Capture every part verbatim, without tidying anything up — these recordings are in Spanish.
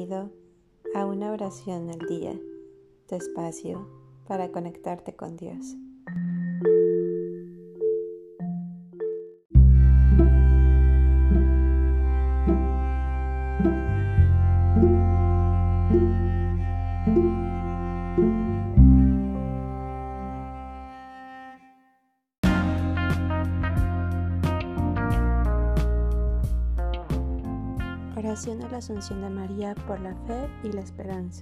Bienvenido a una oración al día, tu espacio para conectarte con Dios. Oración a la Asunción de María por la fe y la esperanza.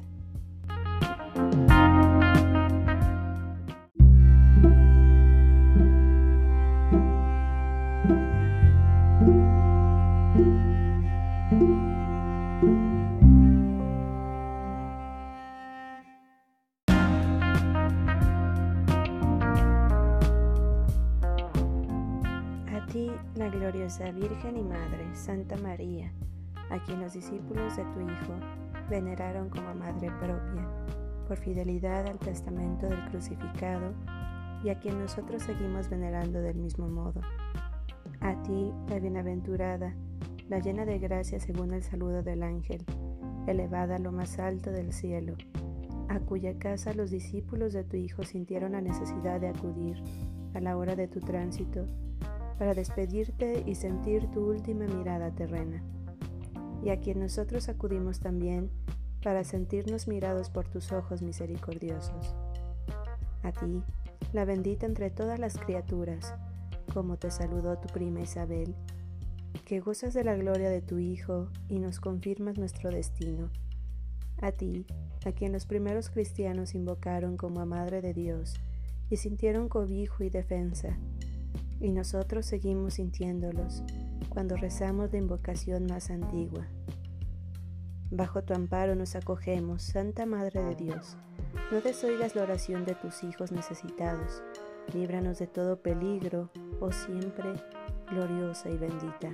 A ti, la gloriosa Virgen y Madre, Santa María, a quien los discípulos de tu Hijo veneraron como Madre propia, por fidelidad al testamento del crucificado, y a quien nosotros seguimos venerando del mismo modo. A ti, la bienaventurada, la llena de gracia según el saludo del ángel, elevada a lo más alto del cielo, a cuya casa los discípulos de tu Hijo sintieron la necesidad de acudir a la hora de tu tránsito, para despedirte y sentir tu última mirada terrena, y a quien nosotros acudimos también para sentirnos mirados por tus ojos misericordiosos. A ti, la bendita entre todas las criaturas, como te saludó tu prima Isabel, que gozas de la gloria de tu Hijo y nos confirmas nuestro destino. A ti, a quien los primeros cristianos invocaron como a Madre de Dios y sintieron cobijo y defensa, y nosotros seguimos sintiéndolos cuando rezamos la invocación más antigua. Bajo tu amparo nos acogemos, Santa Madre de Dios. No desoigas la oración de tus hijos necesitados. Líbranos de todo peligro, oh siempre gloriosa y bendita.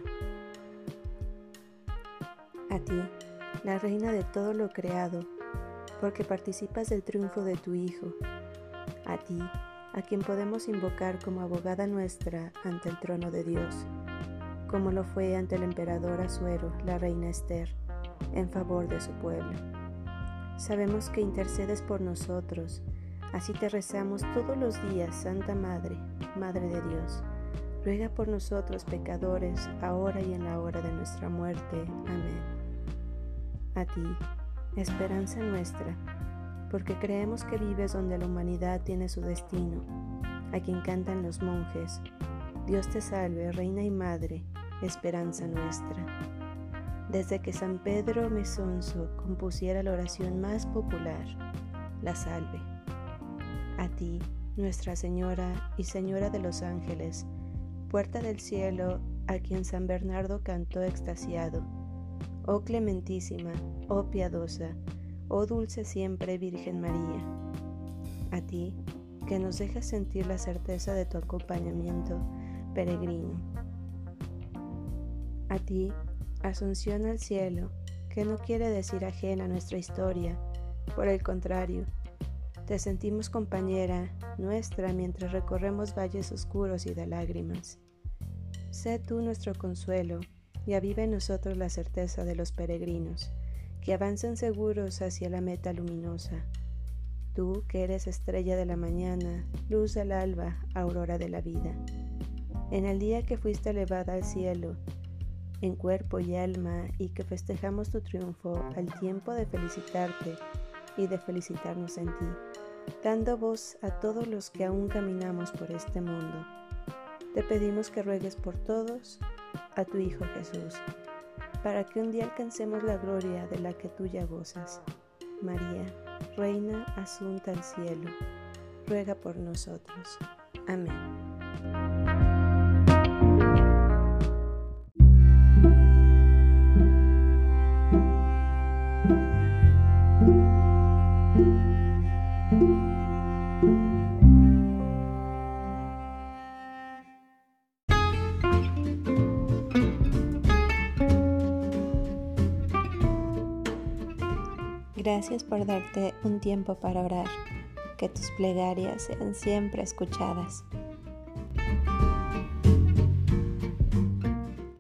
A ti, la Reina de todo lo creado, porque participas del triunfo de tu Hijo. A ti, a quien podemos invocar como abogada nuestra ante el trono de Dios, como lo fue ante el emperador Asuero, la reina Esther, en favor de su pueblo. Sabemos que intercedes por nosotros, así te rezamos todos los días, Santa Madre, Madre de Dios. Ruega por nosotros pecadores, ahora y en la hora de nuestra muerte. Amén. A ti, esperanza nuestra, porque creemos que vives donde la humanidad tiene su destino, a quien cantan los monjes. Dios te salve, Reina y Madre, esperanza nuestra. Desde que San Pedro Mesonso compusiera la oración más popular, la salve. A ti, Nuestra Señora y Señora de los ángeles, puerta del cielo, a quien San Bernardo cantó extasiado. Oh clementísima, oh piadosa, oh dulce siempre Virgen María. A ti, que nos dejas sentir la certeza de tu acompañamiento peregrino. A ti, Asunción al cielo, que no quiere decir ajena a nuestra historia, por el contrario, te sentimos compañera nuestra mientras recorremos valles oscuros y de lágrimas. Sé tú nuestro consuelo y aviva en nosotros la certeza de los peregrinos, que avanzan seguros hacia la meta luminosa. Tú, que eres estrella de la mañana, luz del alba, aurora de la vida. En el día que fuiste elevada al cielo, en cuerpo y alma, y que festejamos tu triunfo al tiempo de felicitarte y de felicitarnos en ti, dando voz a todos los que aún caminamos por este mundo. Te pedimos que ruegues por todos a tu Hijo Jesús, para que un día alcancemos la gloria de la que tú ya gozas. María, Reina asunta al cielo, ruega por nosotros. Amén. Gracias por darte un tiempo para orar. Que tus plegarias sean siempre escuchadas.